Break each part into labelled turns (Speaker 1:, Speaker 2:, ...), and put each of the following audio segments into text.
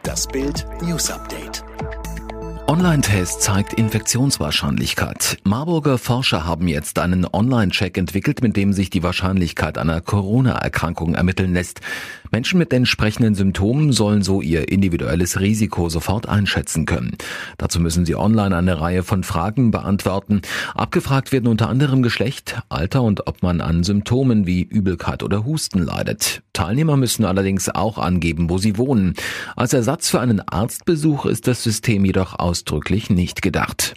Speaker 1: Das Bild News Update.
Speaker 2: Online-Test zeigt Infektionswahrscheinlichkeit. Marburger Forscher haben jetzt einen Online-Check entwickelt, mit dem sich die Wahrscheinlichkeit einer Corona-Erkrankung ermitteln lässt. Menschen mit entsprechenden Symptomen sollen so ihr individuelles Risiko sofort einschätzen können. Dazu müssen sie online eine Reihe von Fragen beantworten. Abgefragt werden unter anderem Geschlecht, Alter und ob man an Symptomen wie Übelkeit oder Husten leidet. Teilnehmer müssen allerdings auch angeben, wo sie wohnen. Als Ersatz für einen Arztbesuch ist das System jedoch ausdrücklich nicht gedacht.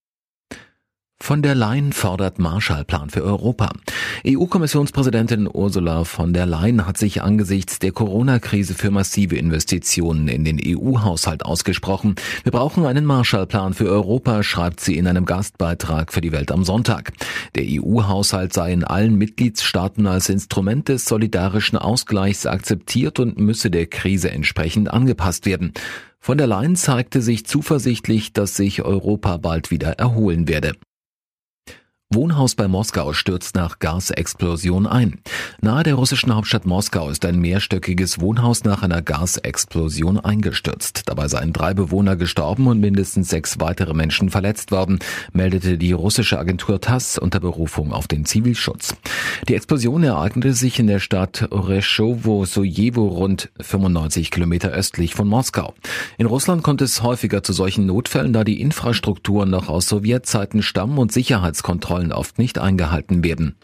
Speaker 2: Von der Leyen fordert Marshallplan für Europa. EU-Kommissionspräsidentin Ursula von der Leyen hat sich angesichts der Corona-Krise für massive Investitionen in den EU-Haushalt ausgesprochen. Wir brauchen einen Marshallplan für Europa, schreibt sie in einem Gastbeitrag für die Welt am Sonntag. Der EU-Haushalt sei in allen Mitgliedstaaten als Instrument des solidarischen Ausgleichs akzeptiert und müsse der Krise entsprechend angepasst werden. Von der Leyen zeigte sich zuversichtlich, dass sich Europa bald wieder erholen werde. Wohnhaus bei Moskau stürzt nach Gasexplosion ein. Nahe der russischen Hauptstadt Moskau ist ein mehrstöckiges Wohnhaus nach einer Gasexplosion eingestürzt. Dabei seien 3 Bewohner gestorben und mindestens 6 weitere Menschen verletzt worden, meldete die russische Agentur TASS unter Berufung auf den Zivilschutz. Die Explosion ereignete sich in der Stadt Reschowo-Sojewo, rund 95 Kilometer östlich von Moskau. In Russland kommt es häufiger zu solchen Notfällen, da die Infrastrukturen noch aus Sowjetzeiten stammen und Sicherheitskontrollen oft nicht eingehalten werden.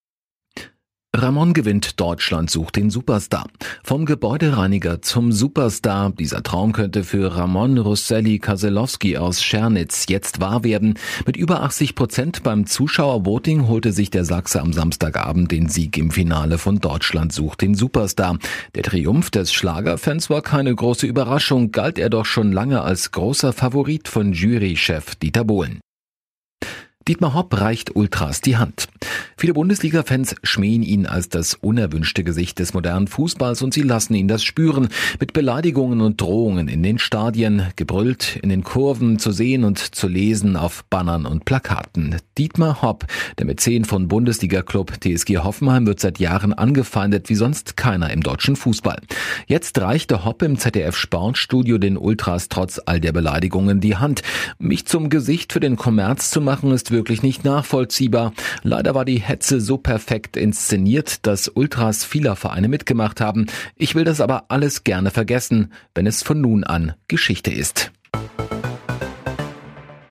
Speaker 2: Ramon gewinnt, Deutschland sucht den Superstar. Vom Gebäudereiniger zum Superstar. Dieser Traum könnte für Ramon Russelli-Kaselowski aus Schernitz jetzt wahr werden. Mit über 80% beim Zuschauervoting holte sich der Sachse am Samstagabend den Sieg im Finale von Deutschland sucht den Superstar. Der Triumph des Schlagerfans war keine große Überraschung, galt er doch schon lange als großer Favorit von Jurychef Dieter Bohlen. Dietmar Hopp reicht Ultras die Hand. Viele Bundesliga-Fans schmähen ihn als das unerwünschte Gesicht des modernen Fußballs und sie lassen ihn das spüren. Mit Beleidigungen und Drohungen in den Stadien, gebrüllt in den Kurven, zu sehen und zu lesen auf Bannern und Plakaten. Dietmar Hopp, der Mäzen von Bundesliga-Club TSG Hoffenheim, wird seit Jahren angefeindet wie sonst keiner im deutschen Fußball. Jetzt reichte Hopp im ZDF-Sportstudio den Ultras trotz all der Beleidigungen die Hand. Mich zum Gesicht für den Kommerz zu machen, ist wirklich nicht nachvollziehbar. Leider war die Hetze so perfekt inszeniert, dass Ultras vieler Vereine mitgemacht haben. Ich will das aber alles gerne vergessen, wenn es von nun an Geschichte ist.